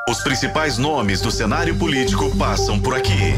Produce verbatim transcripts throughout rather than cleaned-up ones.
Os principais nomes do cenário político passam por aqui.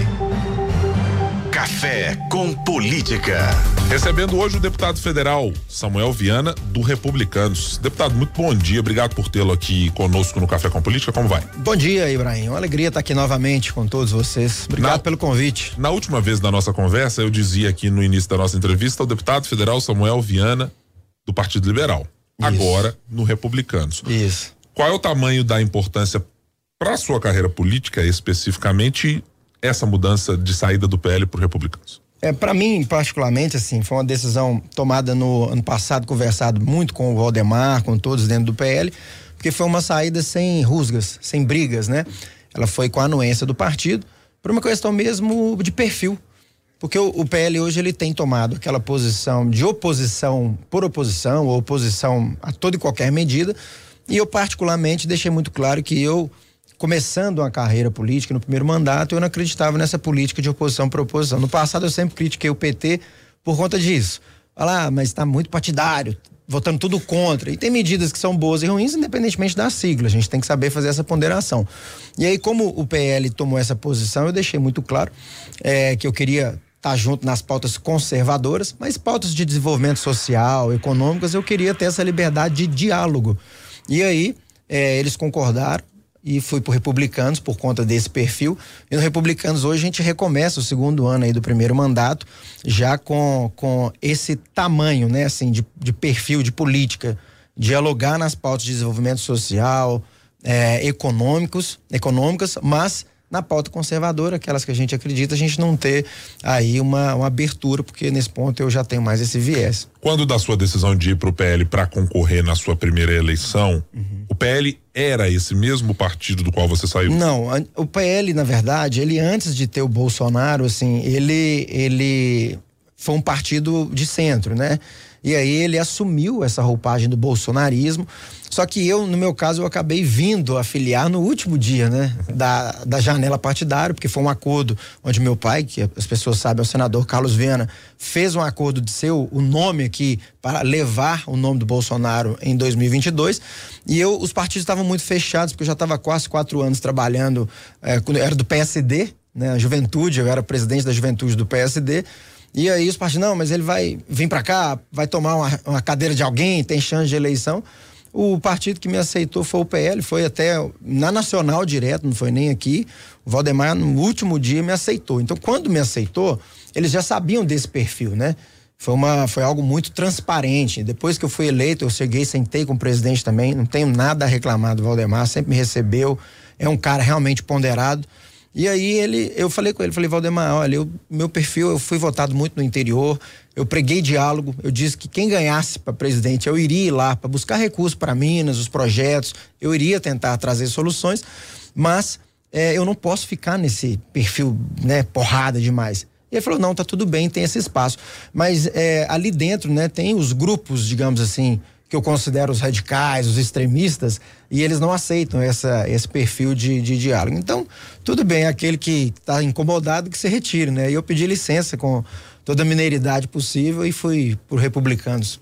Café com Política. Recebendo hoje o deputado federal Samuel Viana, do Republicanos. Deputado, muito bom dia, obrigado por tê-lo aqui conosco no Café com Política, como vai? Bom dia, Ibrahim, uma alegria estar aqui novamente com todos vocês, obrigado na, pelo convite. Na última vez da nossa conversa, eu dizia aqui no início da nossa entrevista, o deputado federal Samuel Viana, do Partido Liberal, Isso. agora no Republicanos. Isso. Qual é o tamanho da importância para a sua carreira política, especificamente, essa mudança de saída do P L para o Republicanos? É, para mim, particularmente, assim, foi uma decisão tomada no ano passado, conversado muito com o Valdemar, com todos dentro do P L, porque foi uma saída sem rusgas, sem brigas, né? Ela foi com a anuência do partido, por uma questão mesmo de perfil. Porque o, o P L hoje ele tem tomado aquela posição de oposição por oposição, ou oposição a toda e qualquer medida, e eu particularmente deixei muito claro que eu, começando uma carreira política no primeiro mandato, eu não acreditava nessa política de oposição por oposição. No passado eu sempre critiquei o P T por conta disso. Olha lá, mas está muito partidário, votando tudo contra. E tem medidas que são boas e ruins, independentemente da sigla. A gente tem que saber fazer essa ponderação. E aí, como o P L tomou essa posição, eu deixei muito claro é, que eu queria estar junto nas pautas conservadoras, mas pautas de desenvolvimento social, econômicas, eu queria ter essa liberdade de diálogo. E aí, é, eles concordaram e fui pro Republicanos por conta desse perfil. E no Republicanos hoje a gente recomeça o segundo ano aí do primeiro mandato, já com, com esse tamanho, né, assim, de, de perfil de política, dialogar nas pautas de desenvolvimento social, é, econômicos, econômicas, mas na pauta conservadora, aquelas que a gente acredita, a gente não ter aí uma, uma abertura, porque nesse ponto eu já tenho mais esse viés. Quando da sua decisão de ir pro P L para concorrer na sua primeira eleição, uhum. o P L era esse mesmo partido do qual você saiu? Não, o P L, na verdade, ele antes de ter o Bolsonaro, assim, ele, ele foi um partido de centro, né? E aí ele assumiu essa roupagem do bolsonarismo, só que eu, no meu caso, eu acabei vindo afiliar no último dia, né? Da, da janela partidária, porque foi um acordo onde meu pai, que as pessoas sabem, é o senador Carlos Viana, fez um acordo de ser o, o nome aqui para levar o nome do Bolsonaro em dois mil e vinte e dois, e eu, os partidos estavam muito fechados, porque eu já estava quase quatro anos trabalhando, é, quando eu era do P S D, né? A juventude, eu era presidente da juventude do P S D. E aí os partidos, não, mas ele vai vir pra cá, vai tomar uma, uma cadeira de alguém, tem chance de eleição. O partido que me aceitou foi o P L, foi até na Nacional direto, não foi nem aqui. O Valdemar, no último dia, me aceitou. Então, quando me aceitou, eles já sabiam desse perfil, né? Foi, uma, foi algo muito transparente. Depois que eu fui eleito, eu cheguei, sentei com o presidente também, não tenho nada a reclamar do Valdemar, sempre me recebeu, é um cara realmente ponderado. E aí ele, eu falei com ele, falei, Valdemar, olha, eu, meu perfil, eu fui votado muito no interior, eu preguei diálogo, eu disse que quem ganhasse para presidente, eu iria ir lá para buscar recursos para Minas, os projetos, eu iria tentar trazer soluções, mas é, eu não posso ficar nesse perfil, né, porrada demais. E ele falou, não, tá tudo bem, tem esse espaço, mas é, ali dentro, né, tem os grupos, digamos assim, que eu considero os radicais, os extremistas, e eles não aceitam essa, esse perfil de, de diálogo. Então, tudo bem, aquele que está incomodado que se retire, né? E eu pedi licença com toda a mineiridade possível e fui por Republicanos.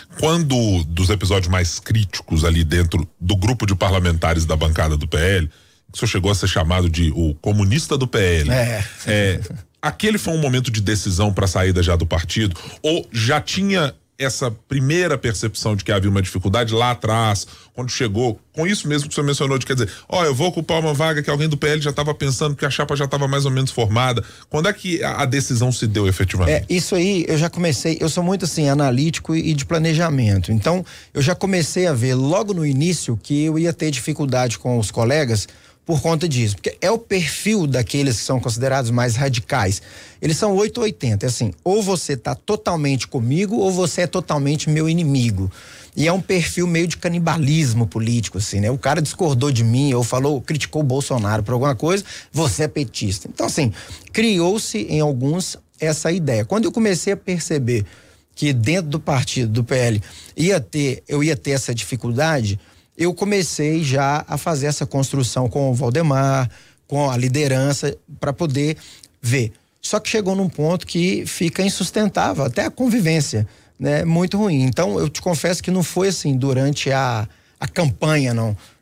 Quando dos episódios mais críticos ali dentro do grupo de parlamentares da bancada do P L, o senhor chegou a ser chamado de o comunista do P L. É. é aquele foi um momento de decisão para a saída já do partido? Ou já tinha essa primeira percepção de que havia uma dificuldade lá atrás, quando chegou, com isso mesmo que o senhor mencionou, de quer dizer, ó, oh, eu vou ocupar uma vaga que alguém do P L já estava pensando, que a chapa já estava mais ou menos formada. Quando é que a, a decisão se deu efetivamente? É, isso aí, eu já comecei, eu sou muito assim, analítico e, e de planejamento, então eu já comecei a ver logo no início que eu ia ter dificuldade com os colegas por conta disso, porque é o perfil daqueles que são considerados mais radicais. Eles são oito ou oitenta, é assim, ou você tá totalmente comigo ou você é totalmente meu inimigo. E é um perfil meio de canibalismo político, assim, né? O cara discordou de mim ou falou, criticou o Bolsonaro por alguma coisa, você é petista. Então, assim, criou-se em alguns essa ideia. Quando eu comecei a perceber que dentro do partido, do P L, ia ter, eu ia ter essa dificuldade, eu comecei já a fazer essa construção com o Valdemar, com a liderança, para poder ver. Só que chegou num ponto que fica insustentável, até a convivência, né? Muito ruim. Então, eu te confesso que não foi assim durante a, a campanha, não.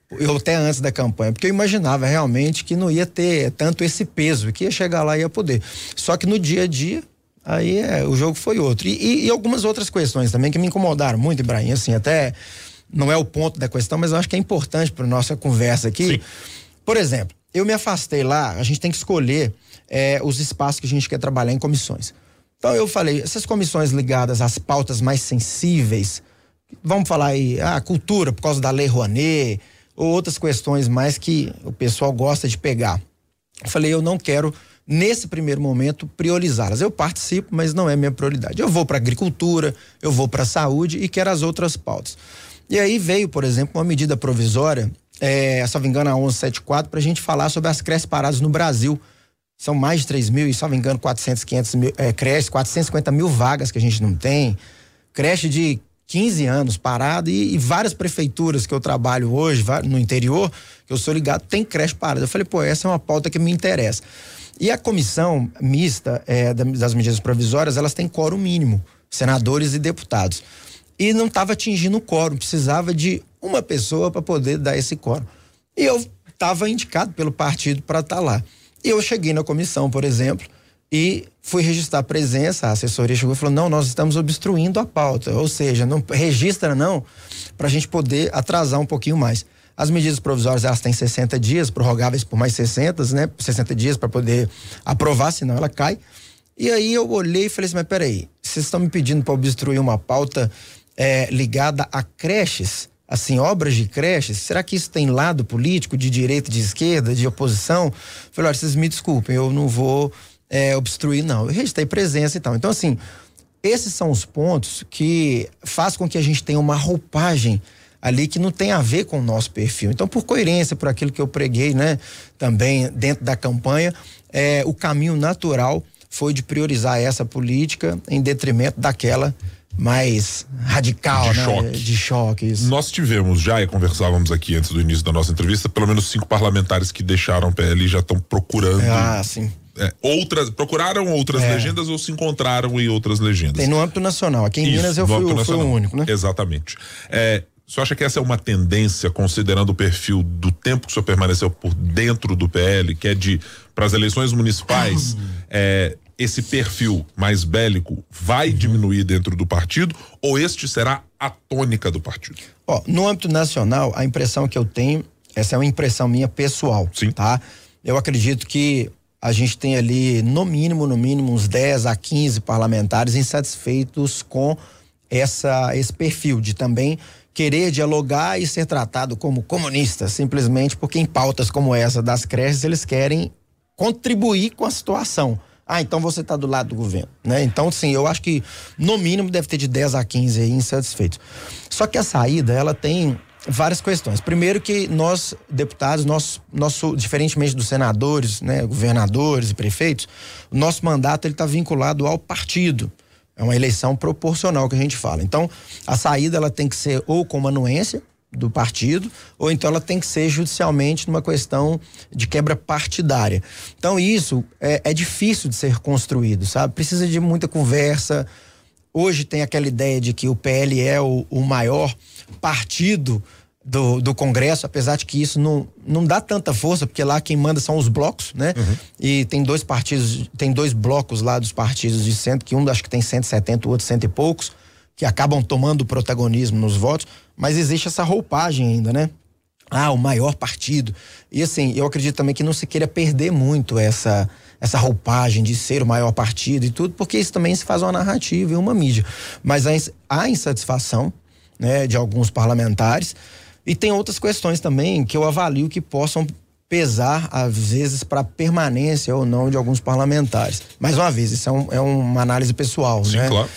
eu até antes da campanha, porque eu imaginava realmente que não ia ter tanto esse peso, que ia chegar lá e ia poder. Só que no dia a dia, aí é, o jogo foi outro. E, e, e algumas outras questões também que me incomodaram muito, Ibrahim, assim, até não é o ponto da questão, mas eu acho que é importante para nossa conversa aqui. Sim. Por exemplo, eu me afastei lá, a gente tem que escolher é, os espaços que a gente quer trabalhar em comissões. Então eu falei, essas comissões ligadas às pautas mais sensíveis, vamos falar aí, a cultura por causa da Lei Rouanet, ou outras questões mais que o pessoal gosta de pegar. Eu falei, eu não quero, nesse primeiro momento, priorizá-las. Eu participo, mas não é minha prioridade. Eu vou para agricultura, eu vou para saúde e quero as outras pautas. E aí veio, por exemplo, uma medida provisória, é, se não me engano, a onze setenta e quatro, para a gente falar sobre as creches paradas no Brasil. São mais de três mil e, se não me engano, quatrocentos, quinhentos mil é, creches, quatrocentos e cinquenta mil vagas que a gente não tem. Creche de quinze anos parado e, e várias prefeituras que eu trabalho hoje no interior, que eu sou ligado, tem creche parada. Eu falei, pô, essa é uma pauta que me interessa. E a comissão mista é, das medidas provisórias, elas têm quórum mínimo, senadores e deputados. E não estava atingindo o quórum, precisava de uma pessoa para poder dar esse quórum. E eu estava indicado pelo partido para estar tá lá. E eu cheguei na comissão, por exemplo, e fui registrar a presença, a assessoria chegou e falou, não, nós estamos obstruindo a pauta, ou seja, não registra não, para a gente poder atrasar um pouquinho mais. As medidas provisórias, elas têm sessenta dias, prorrogáveis por mais sessenta, né, sessenta dias para poder aprovar, senão ela cai. E aí eu olhei e falei assim, mas peraí, vocês estão me pedindo para obstruir uma pauta é, ligada a creches, assim, obras de creches, será que isso tem lado político, de direita, de esquerda, de oposição? Falei, olha, vocês me desculpem, eu não vou É, obstruir, não. Eu registrei presença e tal. Então, assim, esses são os pontos que faz com que a gente tenha uma roupagem ali que não tem a ver com o nosso perfil. Então, por coerência, por aquilo que eu preguei, né, também dentro da campanha, é, o caminho natural foi de priorizar essa política em detrimento daquela mais radical, de né? choque. De choque. Isso. Nós tivemos já, e conversávamos aqui antes do início da nossa entrevista, pelo menos cinco parlamentares que deixaram o P L e já estão procurando. Ah, sim. É, outras, procuraram outras é. legendas ou se encontraram em outras legendas? Tem no âmbito nacional. Aqui em Isso, Minas eu fui, fui o único, né? Exatamente. É, o senhor acha que essa é uma tendência, considerando o perfil do tempo que o senhor permaneceu por dentro do P L, que é de, para as eleições municipais, é, esse perfil mais bélico vai uhum. diminuir dentro do partido ou este será a tônica do partido? Ó, no âmbito nacional, a impressão que eu tenho, essa é uma impressão minha pessoal, Sim. tá? Eu acredito que a gente tem ali, no mínimo, no mínimo, uns dez a quinze parlamentares insatisfeitos com essa, esse perfil de também querer dialogar e ser tratado como comunista, simplesmente porque em pautas como essa das creches, eles querem contribuir com a situação. Ah, então você está do lado do governo, né? Então, sim, eu acho que no mínimo deve ter de dez a quinze aí insatisfeitos. Só que a saída, ela tem várias questões. Primeiro que nós, deputados, nós, nosso, diferentemente dos senadores, né, governadores e prefeitos, o nosso mandato ele está vinculado ao partido. É uma eleição proporcional que a gente fala. Então, a saída ela tem que ser ou com uma anuência do partido, ou então ela tem que ser judicialmente numa questão de quebra partidária. Então, isso é, é difícil de ser construído, sabe? Precisa de muita conversa. Hoje tem aquela ideia de que o P L é o, o maior partido do, do Congresso, apesar de que isso não, não dá tanta força, porque lá quem manda são os blocos, né? Uhum. E tem dois partidos, tem dois blocos lá dos partidos de centro, que um acho que tem cento e setenta, o outro cento e poucos, que acabam tomando o protagonismo nos votos, mas existe essa roupagem ainda, né? Ah, o maior partido. E assim, eu acredito também que não se queira perder muito essa, essa roupagem de ser o maior partido e tudo, porque isso também se faz uma narrativa e uma mídia. Mas há insatisfação, né, de alguns parlamentares, e tem outras questões também que eu avalio que possam pesar, às vezes, para a permanência ou não de alguns parlamentares. Mais uma vez, isso é, um, é uma análise pessoal, Sim, né? Claro.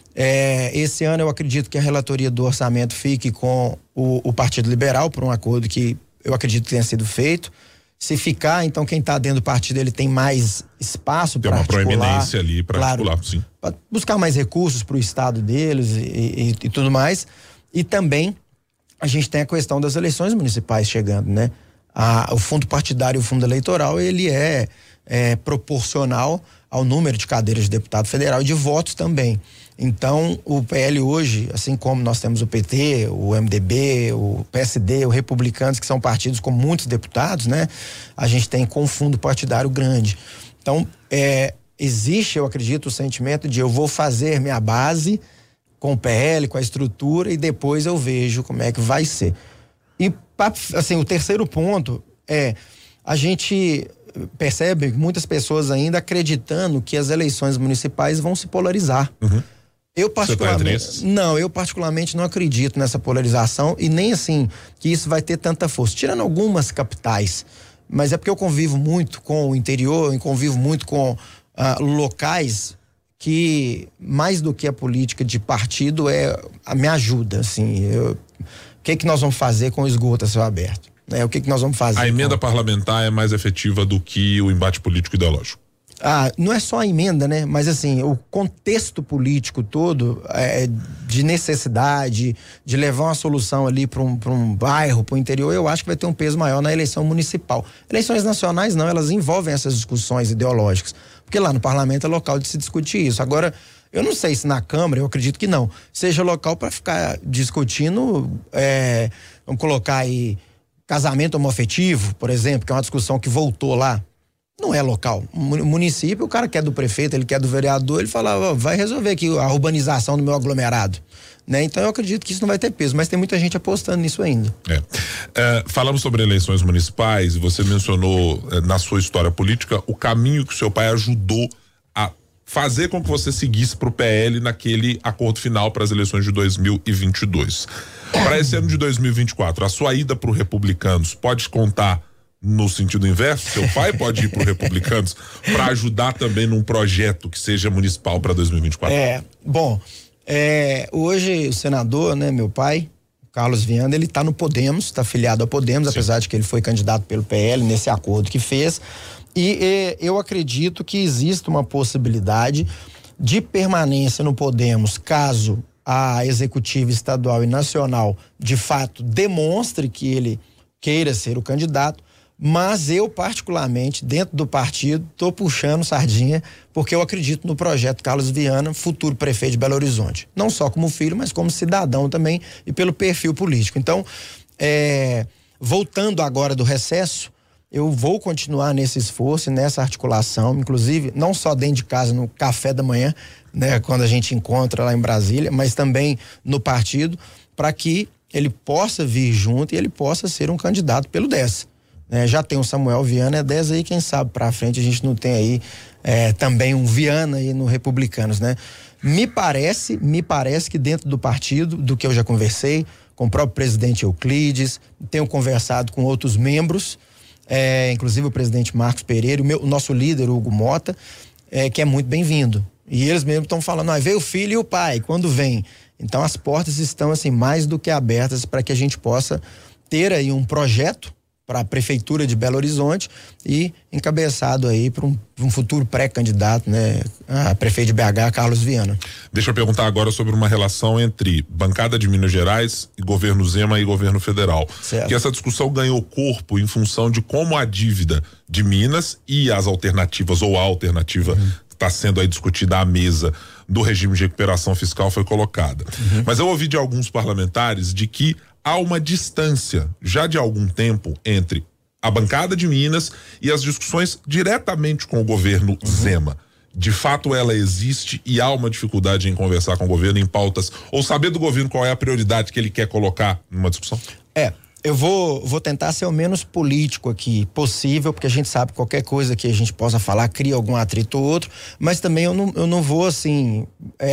É, esse ano eu acredito que a relatoria do orçamento fique com o, o Partido Liberal, por um acordo que eu acredito que tenha sido feito. Se ficar, então quem está dentro do partido ele tem mais espaço para articular. Tem uma proeminência ali para claro, articular, sim. Para buscar mais recursos para o estado deles e, e, e tudo mais. E também a gente tem a questão das eleições municipais chegando, né? A, o fundo partidário e o fundo eleitoral, ele é, é proporcional ao número de cadeiras de deputado federal e de votos também. Então, o P L hoje, assim como nós temos o P T, o M D B, o P S D, o Republicanos, que são partidos com muitos deputados, né? A gente tem com um fundo partidário grande. Então, é, existe, eu acredito, o sentimento de eu vou fazer minha base com o P L, com a estrutura, e depois eu vejo como é que vai ser. E, assim, o terceiro ponto é, a gente percebe muitas pessoas ainda acreditando que as eleições municipais vão se polarizar. Uhum. Eu particularmente, não, eu particularmente não acredito nessa polarização e nem assim que isso vai ter tanta força, tirando algumas capitais, mas é porque eu convivo muito com o interior, eu convivo muito com uh, locais que mais do que a política de partido é a me ajuda, assim, eu, o que que nós vamos fazer com o esgoto a céu aberto, né? O que que nós vamos fazer? A emenda com... parlamentar é mais efetiva do que o embate político ideológico. Ah, não é só a emenda, né? Mas assim, o contexto político todo é, de necessidade de levar uma solução ali para um, para um bairro, para o interior, eu acho que vai ter um peso maior na eleição municipal. Eleições nacionais não, elas envolvem essas discussões ideológicas, porque lá no parlamento é local de se discutir isso. Agora, eu não sei se na Câmara, eu acredito que não, seja local para ficar discutindo, é, vamos colocar aí, casamento homoafetivo, por exemplo, que é uma discussão que voltou lá. Não é local. O município, o cara quer do prefeito, ele quer do vereador, ele fala, oh, vai resolver aqui a urbanização do meu aglomerado, né? Então eu acredito que isso não vai ter peso, mas tem muita gente apostando nisso ainda. É. É, falamos sobre eleições municipais e você mencionou é, na sua história política o caminho que o seu pai ajudou a fazer com que você seguisse para o P L naquele acordo final para as eleições de dois mil e vinte e dois. Para esse ano de dois mil e vinte e quatro, a sua ida para o Republicanos pode contar no sentido inverso? Seu pai pode ir para o Republicanos para ajudar também num projeto que seja municipal para dois mil e vinte e quatro? É, bom, é, hoje o senador, né, meu pai, Carlos Viana, ele está no Podemos, está filiado ao Podemos, sim, apesar de que ele foi candidato pelo P L nesse acordo que fez, e, e eu acredito que existe uma possibilidade de permanência no Podemos, caso a executiva estadual e nacional de fato demonstre que ele queira ser o candidato. Mas eu, particularmente, dentro do partido, estou puxando sardinha, porque eu acredito no projeto Carlos Viana, futuro prefeito de Belo Horizonte. Não só como filho, mas como cidadão também e pelo perfil político. Então, é, voltando agora do recesso, eu vou continuar nesse esforço, nessa articulação, inclusive, não só dentro de casa, no café da manhã, né, quando a gente encontra lá em Brasília, mas também no partido, para que ele possa vir junto e ele possa ser um candidato pelo D E S. É, já tem o Samuel Viana, é dez aí, quem sabe pra frente a gente não tem aí é, também um Viana aí no Republicanos, né? Me parece, me parece que dentro do partido, do que eu já conversei com o próprio presidente Euclides, tenho conversado com outros membros, é, inclusive o presidente Marcos Pereira, o, meu, o nosso líder, Hugo Mota, é, que é muito bem-vindo. E eles mesmos estão falando, ah, veio o filho e o pai, quando vem? Então as portas estão assim mais do que abertas para que a gente possa ter aí um projeto para a prefeitura de Belo Horizonte e encabeçado aí para um, um futuro pré-candidato, né, a prefeito de B H, Carlos Viana. Deixa eu perguntar agora sobre uma relação entre bancada de Minas Gerais e governo Zema e governo federal. Certo. Que essa discussão ganhou corpo em função de como a dívida de Minas e as alternativas ou a alternativa uhum. está sendo aí discutida à mesa do regime de recuperação fiscal foi colocada. Uhum. Mas eu ouvi de alguns parlamentares de que há uma distância já de algum tempo entre a bancada de Minas e as discussões diretamente com o governo uhum. Zema. De fato ela existe e há uma dificuldade em conversar com o governo em pautas ou saber do governo qual é a prioridade que ele quer colocar numa discussão? É, eu vou, vou tentar ser o menos político aqui possível, porque a gente sabe que qualquer coisa que a gente possa falar cria algum atrito ou outro, mas também eu não, eu não vou assim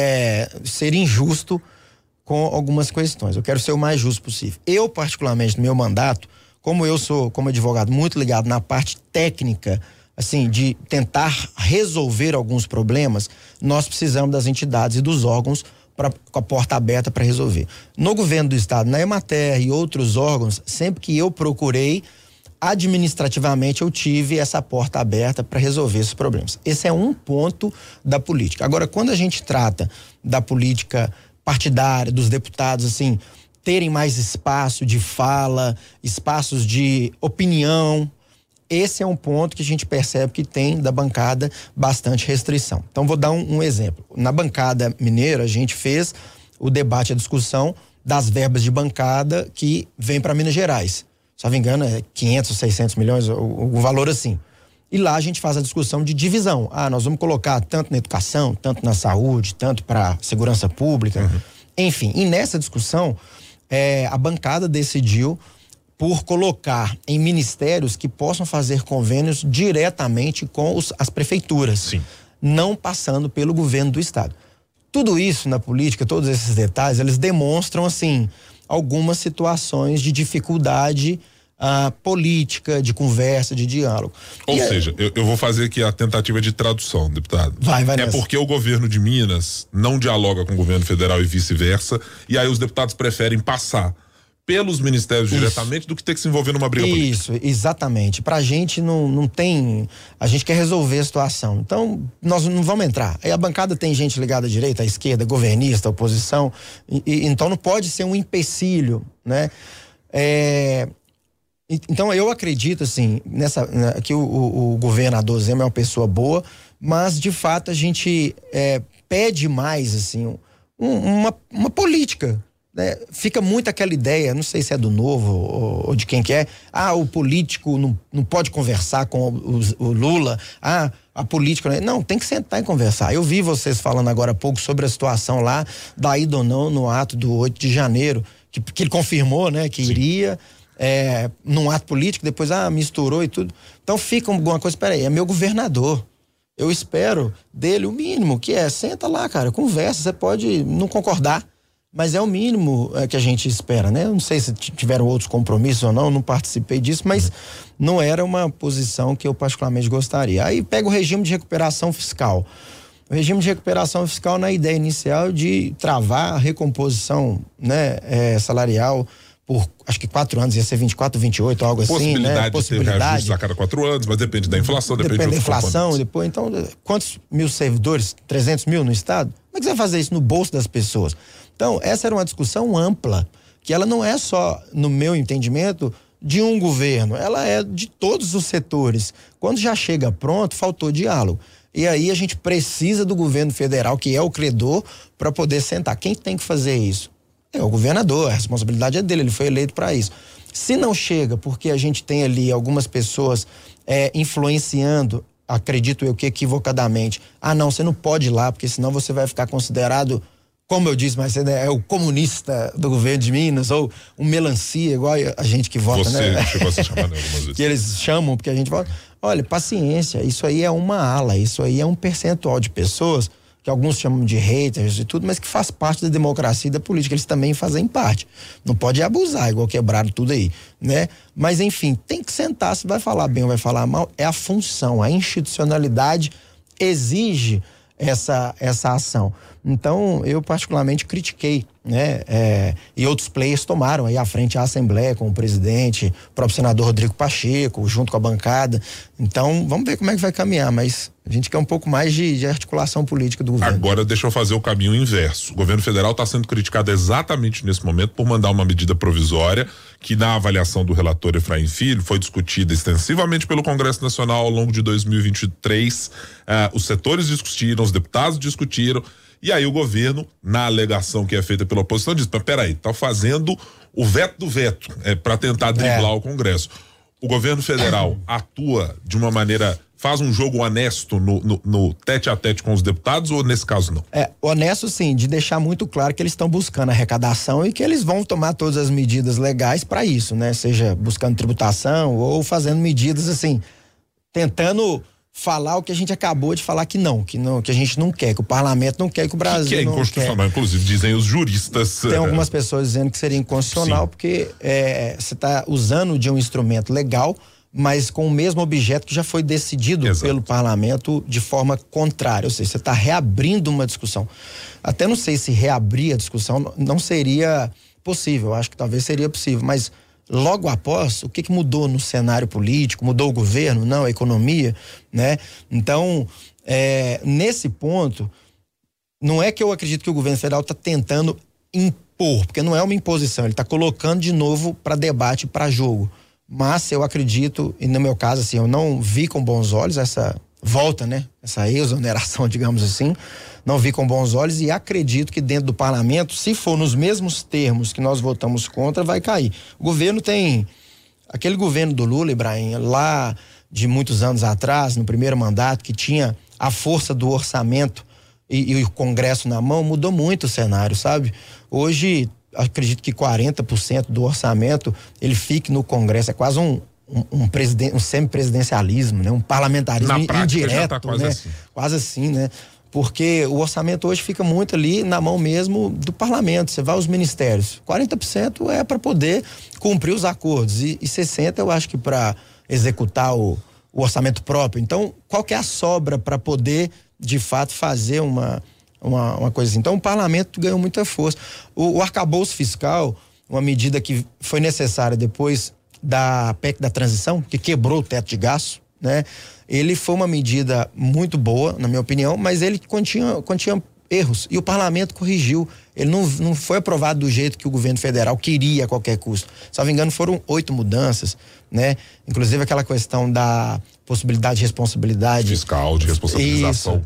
é, ser injusto com algumas questões. Eu quero ser o mais justo possível. Eu, particularmente, no meu mandato, como eu sou, como advogado, muito ligado na parte técnica, assim, de tentar resolver alguns problemas, nós precisamos das entidades e dos órgãos pra, com a porta aberta para resolver. No governo do estado, na Emater e outros órgãos, sempre que eu procurei, administrativamente eu tive essa porta aberta para resolver esses problemas. Esse é um ponto da política. Agora, quando a gente trata da política partidária, dos deputados, assim, terem mais espaço de fala, espaços de opinião, esse é um ponto que a gente percebe que tem da bancada bastante restrição. Então vou dar um, um exemplo. Na bancada mineira a gente fez o debate, a discussão das verbas de bancada que vem para Minas Gerais. Se não me engano é quinhentos, seiscentos milhões, o, o valor assim. E lá a gente faz a discussão de divisão. Ah, nós vamos colocar tanto na educação, tanto na saúde, tanto para segurança pública. Uhum. Enfim, e nessa discussão, é, a bancada decidiu por colocar em ministérios que possam fazer convênios diretamente com os, as prefeituras. Sim. Não passando pelo governo do estado. Tudo isso na política, todos esses detalhes, eles demonstram, assim, algumas situações de dificuldade Uh, política, de conversa, de diálogo. Ou e seja, eu, eu vou fazer aqui a tentativa de tradução, deputado. Vai, vai É nessa. porque o governo de Minas não dialoga com o governo federal e vice-versa, e aí os deputados preferem passar pelos ministérios Isso. diretamente do que ter que se envolver numa briga Isso, política. Isso, exatamente. Pra gente não, não tem... A gente quer resolver a situação. Então, nós não vamos entrar. Aí a bancada tem gente ligada à direita, à esquerda, governista, oposição, e, e, então não pode ser um empecilho, né? É... Então eu acredito assim, nessa, né, que o, o, o governador Zema é uma pessoa boa, mas de fato a gente é, pede mais assim, um, uma, uma política, né? Fica muito aquela ideia, não sei se é do Novo ou, ou de quem que é, ah, o político não, não pode conversar com o, o, o Lula, ah, a política, não, tem que sentar e conversar. Eu vi vocês falando agora há pouco sobre a situação lá da ida ou não no ato do oito de janeiro, que, que ele confirmou, né, que Sim. iria... É, num ato político, depois ah, misturou e tudo. Então fica alguma coisa, peraí, é meu governador. Eu espero dele o mínimo, que é, senta lá, cara, conversa, você pode não concordar, mas é o mínimo é, que a gente espera, né? Eu não sei se tiveram outros compromissos ou não, eu não participei disso, mas não era uma posição que eu particularmente gostaria. Aí pega o regime de recuperação fiscal. O regime de recuperação fiscal na ideia inicial de travar a recomposição, né, é, salarial por, acho que quatro anos, ia ser vinte e quatro, vinte e oito, algo assim, né? Possibilidade de ter reajustes a cada quatro anos, mas depende da inflação, depende, depende da inflação, depois, então, quantos mil servidores? trezentos mil no estado? Como é que você vai fazer isso no bolso das pessoas? Então, essa era uma discussão ampla, que ela não é só, no meu entendimento, de um governo, ela é de todos os setores. Quando já chega pronto, faltou diálogo. E aí a gente precisa do governo federal, que é o credor, para poder sentar. Quem tem que fazer isso? É o governador, a responsabilidade é dele, ele foi eleito para isso. Se não chega, porque a gente tem ali algumas pessoas é, influenciando, acredito eu que equivocadamente, ah não, você não pode ir lá, porque senão você vai ficar considerado, como eu disse, mas você é o comunista do governo de Minas, ou um melancia, igual a gente que vota, você né? Chegou a se chamar, né, algumas vezes. Que eles chamam, porque a gente vota. Olha, paciência, isso aí é uma ala, isso aí é um percentual de pessoas que alguns chamam de haters e tudo, mas que faz parte da democracia e da política, eles também fazem parte. Não pode abusar, igual quebraram tudo aí, né? Mas enfim, tem que sentar, se vai falar bem ou vai falar mal, é a função, a institucionalidade exige essa, essa ação. Então, eu particularmente critiquei, né? É, e outros players tomaram aí à frente a Assembleia com o presidente, o próprio senador Rodrigo Pacheco, junto com a bancada. Então, vamos ver como é que vai caminhar, mas a gente quer um pouco mais de, de articulação política do governo. Agora, deixa eu fazer o caminho inverso. O governo federal está sendo criticado exatamente nesse momento por mandar uma medida provisória que, na avaliação do relator Efraim Filho, foi discutida extensivamente pelo Congresso Nacional ao longo de dois mil e vinte e três. Ah, os setores discutiram, os deputados discutiram. E aí o governo, na alegação que é feita pela oposição, diz, mas peraí, tá fazendo o veto do veto, é, para tentar driblar é. o Congresso. O governo federal atua de uma maneira, faz um jogo honesto no, no, no tete a tete com os deputados, ou nesse caso não? É, honesto sim, de deixar muito claro que eles estão buscando arrecadação e que eles vão tomar todas as medidas legais para isso, né? Seja buscando tributação ou fazendo medidas assim, tentando falar o que a gente acabou de falar que não, que não, que a gente não quer, que o parlamento não quer, que o Brasil que é não inconstitucional, quer. Inclusive, dizem os juristas. Tem algumas pessoas dizendo que seria inconstitucional, Sim. porque é, você está usando de um instrumento legal, mas com o mesmo objeto que já foi decidido Exato. pelo parlamento de forma contrária, ou seja, você está reabrindo uma discussão. Até não sei se reabrir a discussão não seria possível, acho que talvez seria possível, mas logo após, o que que mudou no cenário político? Mudou o governo? Não, a economia, né? Então, é, nesse ponto, não é que eu acredito que o governo federal está tentando impor, porque não é uma imposição, ele está colocando de novo para debate, para jogo. mas eu acredito, e no meu caso, assim, eu não vi com bons olhos essa volta, né? Essa exoneração, digamos assim, não vi com bons olhos e acredito que dentro do parlamento, se for nos mesmos termos que nós votamos contra, vai cair. O governo tem, aquele governo do Lula, Ibrahim, lá de muitos anos atrás, no primeiro mandato, que tinha a força do orçamento e, e o Congresso na mão, mudou muito o cenário, sabe? Hoje, acredito que quarenta por cento do orçamento, ele fique no Congresso, é quase um um, um, presiden- um semipresidencialismo, né? Um parlamentarismo Na prática, indireto, já tá quase né? assim. Quase assim, né? Porque o orçamento hoje fica muito ali na mão mesmo do parlamento. Você vai aos ministérios, quarenta por cento é para poder cumprir os acordos e, e sessenta por cento eu acho que para executar o, o orçamento próprio. Então, qual que é a sobra para poder, de fato, fazer uma, uma, uma coisa assim? Então, o parlamento ganhou muita força. O, o arcabouço fiscal, uma medida que foi necessária depois da P E C da transição, que quebrou o teto de gasto, né? Ele foi uma medida muito boa, na minha opinião, mas ele continha, continha erros e o parlamento corrigiu. Ele não, não foi aprovado do jeito que o governo federal queria a qualquer custo. Se não me engano, foram oito mudanças, né? Inclusive aquela questão da possibilidade de responsabilidade fiscal, de responsabilização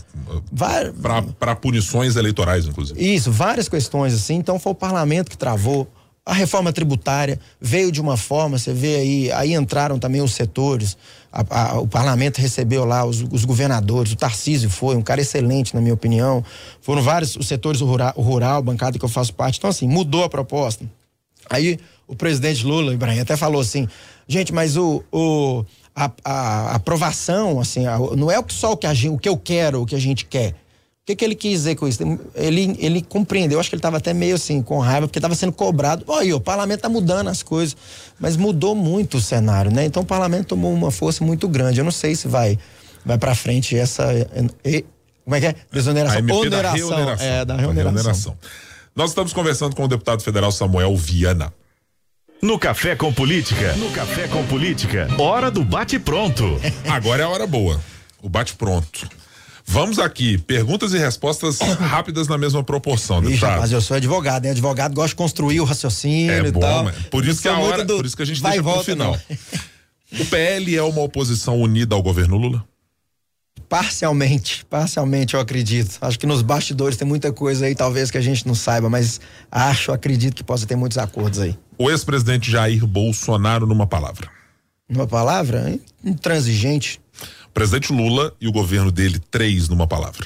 para punições eleitorais, inclusive. Isso, várias questões assim. Então foi o parlamento que travou. A reforma tributária veio de uma forma, você vê aí, aí entraram também os setores, a, a, o parlamento recebeu lá os, os governadores, o Tarcísio foi, um cara excelente, na minha opinião. Foram vários os setores, o rural, o rural, bancada que eu faço parte. Então, assim, mudou a proposta. Aí o presidente Lula, Ibrahim, até falou assim, gente, mas o, o, a, a aprovação, assim, a, não é só o que, a gente, o que eu quero, o que a gente quer. O que, que ele quis dizer com isso? Ele, ele compreendeu, acho que ele estava até meio assim, com raiva, porque estava sendo cobrado. Olha, o parlamento está mudando as coisas, mas mudou muito o cenário, né? Então o parlamento tomou uma força muito grande. Eu não sei se vai, vai para frente essa. E, como é que é? Desoneração. A M P oneração. Da reoneração. É, da reoneração. reoneração. Nós estamos conversando com o deputado federal Samuel Viana. No Café com Política. No Café com Política. Hora do bate-pronto. Agora é a hora boa. O bate-pronto. Vamos aqui, perguntas e respostas rápidas na mesma proporção, Ixi, deputado. rapaz, eu sou advogado, hein? Advogado gosta de construir o raciocínio é e bom, tal. Mas por isso que a hora, do... por isso que a gente vai deixa volta, pro final. Não. O P L é uma oposição unida ao governo Lula? Parcialmente, parcialmente eu acredito. Acho que nos bastidores tem muita coisa aí, talvez que a gente não saiba, mas acho, acredito que possa ter muitos acordos aí. O ex-presidente Jair Bolsonaro, numa palavra. Numa palavra? Intransigente. O presidente Lula e o governo dele, três numa palavra.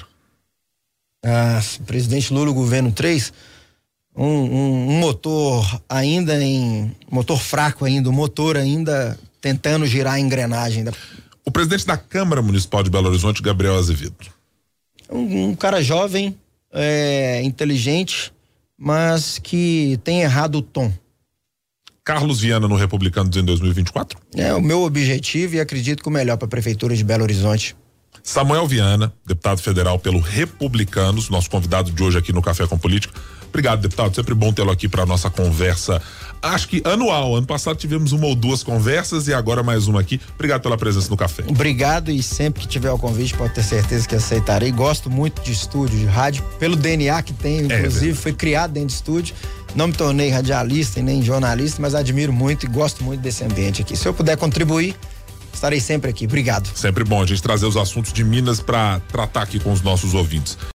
Ah, presidente Lula, o governo três, um, um, um motor ainda em, motor fraco ainda, o motor ainda tentando girar a engrenagem. Da... O presidente da Câmara Municipal de Belo Horizonte, Gabriel Azevedo. Um, um cara jovem, é, inteligente, mas que tem errado o tom. Carlos Viana no Republicanos em dois mil e vinte e quatro? É o meu objetivo e acredito que o melhor para a Prefeitura de Belo Horizonte. Samuel Viana, deputado federal pelo Republicanos, nosso convidado de hoje aqui no Café com Política. Obrigado, deputado. Sempre bom tê-lo aqui para nossa conversa. Acho que anual. Ano passado tivemos uma ou duas conversas e agora mais uma aqui. Obrigado pela presença no café. Obrigado e sempre que tiver o convite pode ter certeza que aceitarei. Gosto muito de estúdio, de rádio, pelo D N A que tenho, inclusive, é, foi criado dentro de estúdio. Não me tornei radialista e nem jornalista, mas admiro muito e gosto muito desse ambiente aqui. Se eu puder contribuir, estarei sempre aqui. Obrigado. Sempre bom a gente trazer os assuntos de Minas para tratar aqui com os nossos ouvintes.